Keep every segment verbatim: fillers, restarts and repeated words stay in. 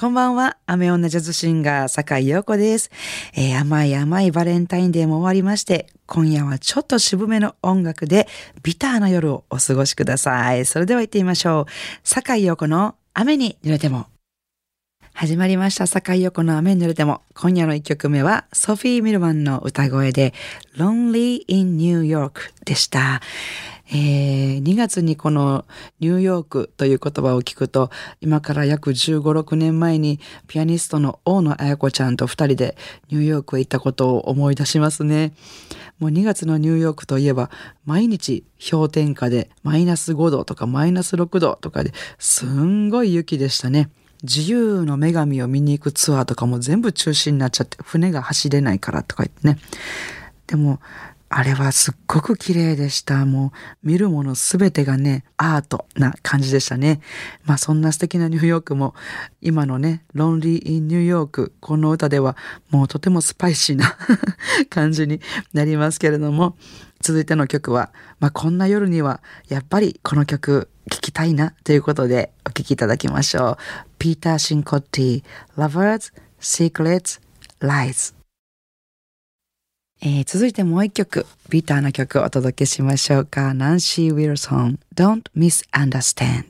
こんばんは。雨女ジャズシンガー、坂井陽子です、えー。甘い甘いバレンタインデーも終わりまして、今夜はちょっと渋めの音楽でビターな夜をお過ごしください。それでは行ってみましょう。坂井陽子の雨に濡れても。始まりました。坂井陽子の雨に濡れても。今夜の一曲目はソフィー・ミルマンの歌声で Lonely in New York でした。えー、にがつにこのニューヨークという言葉を聞くと、今から約じゅうご、ろくねんまえにピアニストの大野彩子ちゃんとふたりでニューヨークへ行ったことを思い出しますね。もうにがつのニューヨークといえば毎日氷点下でマイナスごどとかマイナスろくどとかですんごい雪でしたね。自由の女神を見に行くツアーとかも全部中止になっちゃって、船が走れないからとか言ってね。でもあれはすっごく綺麗でした。もう見るものすべてがね、アートな感じでしたね。まあそんな素敵なニューヨークも今のね、Lonely in New York、この歌ではもうとてもスパイシーな感じになりますけれども、続いての曲は、まあこんな夜にはやっぱりこの曲聴きたいなということでお聴きいただきましょう。ピーター・シンコッティ、Lovers, Secrets, Lies。えー、続いてもう一曲、ビターな曲をお届けしましょうか。ナンシー・ウィルソン、Don't Misunderstand。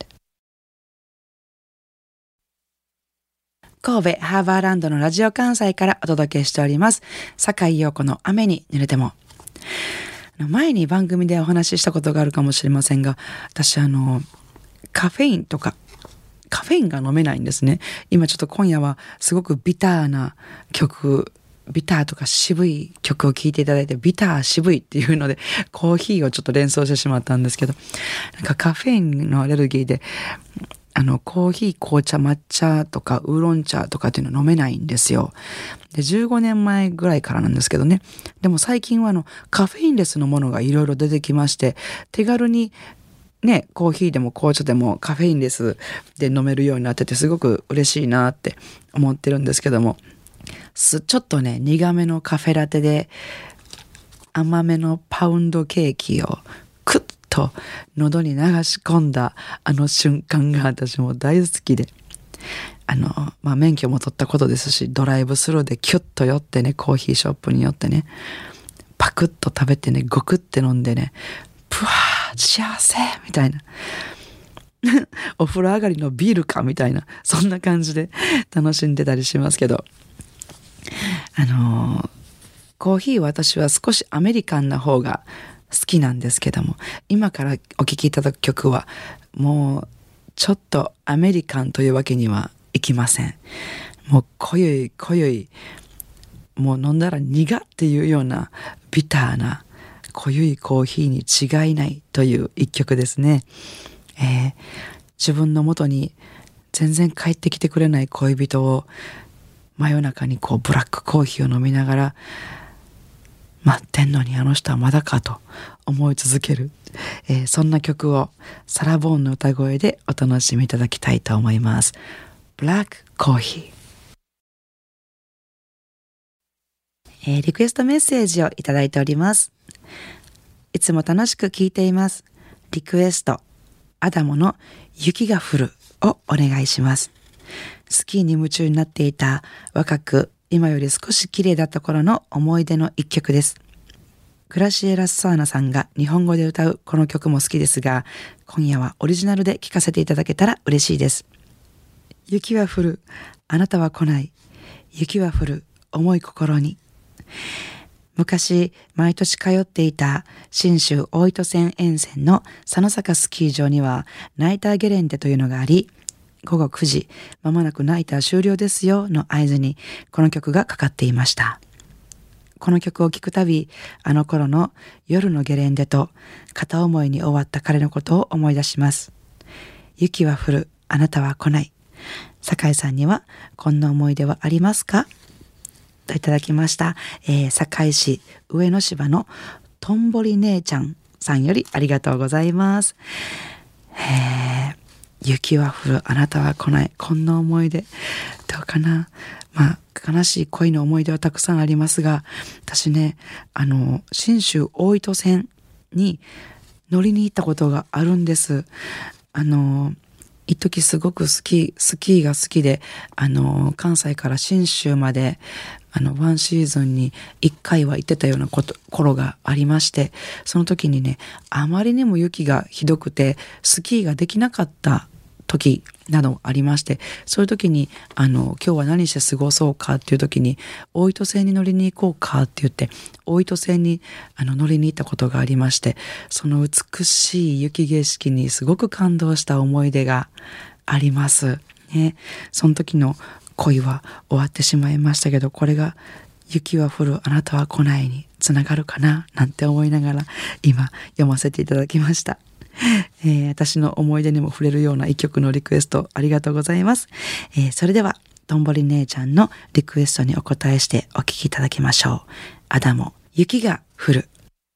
神戸ハーバーランドのラジオ関西からお届けしております。坂井陽子の雨に濡れても。前に番組でお話ししたことがあるかもしれませんが、私あの、カフェインとか、カフェインが飲めないんですね。今ちょっと今夜はすごくビターな曲、ビターとか渋い曲を聴いていただいて、ビター渋いっていうのでコーヒーをちょっと連想してしまったんですけど、なんかカフェインのアレルギーであのコーヒー、紅茶、抹茶とかウーロン茶とかっていうの飲めないんですよ。でじゅうごねんまえぐらいからなんですけどね。でも最近はあのカフェインレスのものがいろいろ出てきまして、手軽にね、コーヒーでも紅茶でもカフェインレスで飲めるようになってて、すごく嬉しいなって思ってるんですけども、ちょっとね苦めのカフェラテで甘めのパウンドケーキをクッと喉に流し込んだあの瞬間が私も大好きで、あの、まあ、免許も取ったことですし、ドライブスルーでキュッと寄ってね、コーヒーショップに寄ってね、パクッと食べてね、ゴクッて飲んでね、プワー幸せみたいなお風呂上がりのビールかみたいな、そんな感じで楽しんでたりしますけど、あのー、コーヒーは私は少しアメリカンな方が好きなんですけども、今からお聴きいただく曲はもうちょっとアメリカンというわけにはいきません。もう濃ゆい濃ゆい、もう飲んだら苦っていうようなビターな濃ゆいコーヒーに違いないという一曲ですね。えー、自分の元に全然帰ってきてくれない恋人を真夜中にこうブラックコーヒーを飲みながら、待ってんのにあの人はまだかと思い続ける、えー、そんな曲をサラ・ボーンの歌声でお楽しみいただきたいと思います。ブラックコーヒー、えー、リクエストメッセージをいただいております。いつも楽しく聞いています。リクエストアダモの雪が降るをお願いします。スキーに夢中になっていた若く今より少し綺麗だった頃の思い出の一曲です。グラシエラ・サーナさんが日本語で歌うこの曲も好きですが、今夜はオリジナルで聴かせていただけたら嬉しいです。雪は降る、あなたは来ない。雪は降る、重い心に。昔毎年通っていた信州大糸線沿線の佐野坂スキー場にはナイターゲレンデというのがあり、ごごくじ、まもなくナイター終了ですよの合図にこの曲がかかっていました。この曲を聴くたび、あの頃の夜のゲレンデと片思いに終わった彼のことを思い出します。雪は降る、あなたは来ない。酒井さんにはこんな思い出はありますか？といただきました。えー、堺市上野芝のとんぼり姉ちゃんさんよりありがとうございます。へー、雪は降る、あなたは来ない。こんな思い出どうかな。まあ悲しい恋の思い出はたくさんありますが、私ね、あの信州大糸線に乗りに行ったことがあるんです。あの一時すごくスキー、スキーが好きで、あの、関西から信州まで、あの、ワンシーズンに一回は行ってたようなこと、頃がありまして、その時にね、あまりにも雪がひどくて、スキーができなかった時などありまして、そういう時に、あの、今日は何して過ごそうかっていう時に、大糸線に乗りに行こうかって言って、大糸線にあの乗りに行ったことがありまして、その美しい雪景色にすごく感動した思い出があります。ね、その時の恋は終わってしまいましたけど、これが雪は降るあなたは来ないにつながるかななんて思いながら今読ませていただきました。えー、私の思い出にも触れるような一曲のリクエストありがとうございます。えー、それではどんぼり姉ちゃんのリクエストにお答えしてお聴きいただきましょう。アダモ、雪が降る。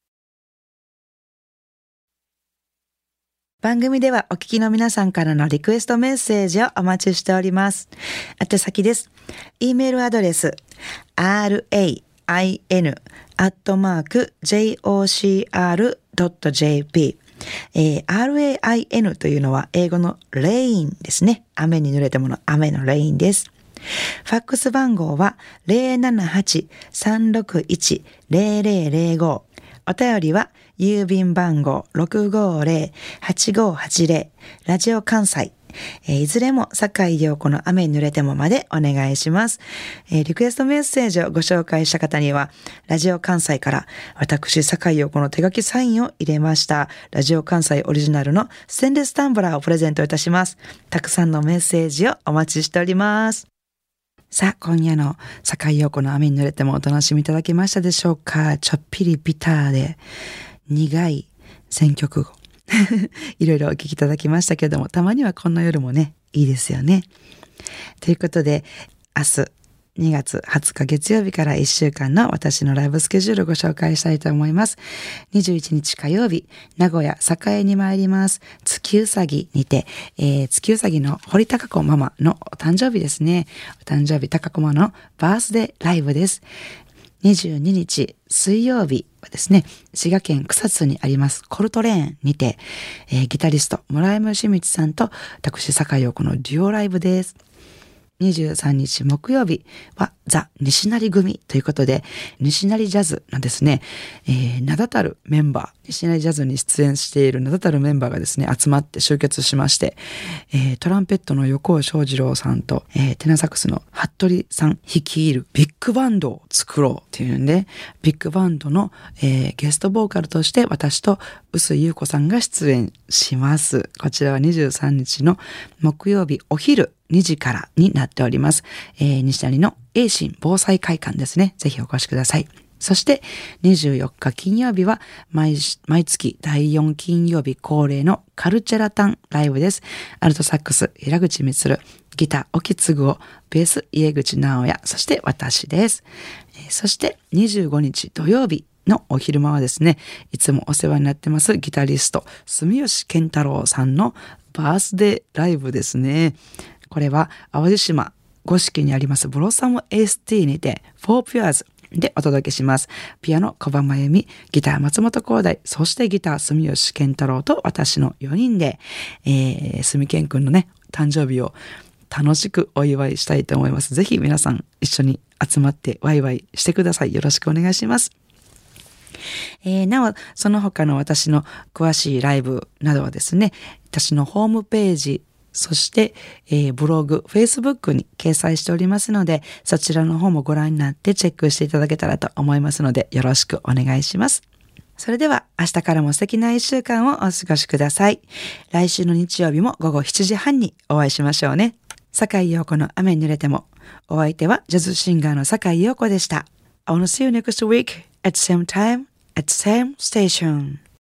番組ではお聞きの皆さんからのリクエストメッセージをお待ちしております。宛先です。e メールアドレス ライン アットマーク ジェイオーシーアールドットジェーピー、えー、ライン というのは英語のレインですね。雨に濡れたもの、雨のレインです。ファックス番号は ゼロななはち さんろくいち ゼロゼロゼロご。お便りは郵便番号 ろくごーぜろ はちごはちぜろ ラジオ関西、えー、いずれも坂井陽子の雨に濡れてもまでお願いします。えー、リクエストメッセージをご紹介した方にはラジオ関西から私坂井陽子の手書きサインを入れましたラジオ関西オリジナルのステンレスタンブラーをプレゼントいたします。たくさんのメッセージをお待ちしております。さあ、今夜の坂井陽子の雨に濡れてもお楽しみいただけましたでしょうか。ちょっぴりビターで苦い選曲語いろいろお聞きいただきましたけども、たまにはこんな夜もね、いいですよね。ということで、明日にがつはつか月曜日からいっしゅうかんの私のライブスケジュールをご紹介したいと思います。にじゅういちにち火曜日、名古屋栄に参ります。月うさぎにて、えー、月うさぎの堀高子ママのお誕生日ですね。お誕生日高子ママのバースデーライブです。にじゅうににち水曜日はですね、滋賀県草津にありますコルトレーンにて、えー、ギタリスト村山義道さんと私坂井陽子のデュオライブです。にじゅうさんにち木曜日はザ・西成組ということで、西成ジャズのですね、えー、名だたるメンバー、西成ジャズに出演している名だたるメンバーがですね、集まって集結しまして、えー、トランペットの横尾正二郎さんと、えー、テナサックスの服部さん率いるビッグバンドを作ろうっていうんで、ビッグバンドの、えー、ゲストボーカルとして私と臼井優子さんが出演します。こちらはにじゅうさんにちの木曜日お昼にじからになっております。えー、西成の栄新防災会館ですね。ぜひお越しください。そしてにじゅうよっか金曜日は 毎, 毎月だいよん金曜日恒例のカルチェラタンライブです。アルトサックス平口充、ギター沖継夫、ベース家口直也、そして私です。えー、そしてにじゅうごにち土曜日のお昼間はですね、いつもお世話になってますギタリスト住吉健太郎さんのバースデーライブですね。これは淡路島五色にありますブロッサム エーエスティー にて フォー Pures でお届けします。ピアノ小葉真由美、ギター松本光大、そしてギター住吉健太郎と私のよにんで、えー、住健くんのね誕生日を楽しくお祝いしたいと思います。ぜひ皆さん一緒に集まってワイワイしてください。よろしくお願いします。えー、なおその他の私の詳しいライブなどはですね、私のホームページ、そして、えー、ブログ、Facebook に掲載しておりますので、そちらの方もご覧になってチェックしていただけたらと思いますので、よろしくお願いします。それでは明日からも素敵な一週間をお過ごしください。来週の日曜日もごごしちじはんにお会いしましょうね。坂井陽子の雨に濡れても。お相手はジャズシンガーの坂井陽子でした。I wanna see you next week at same time at same station.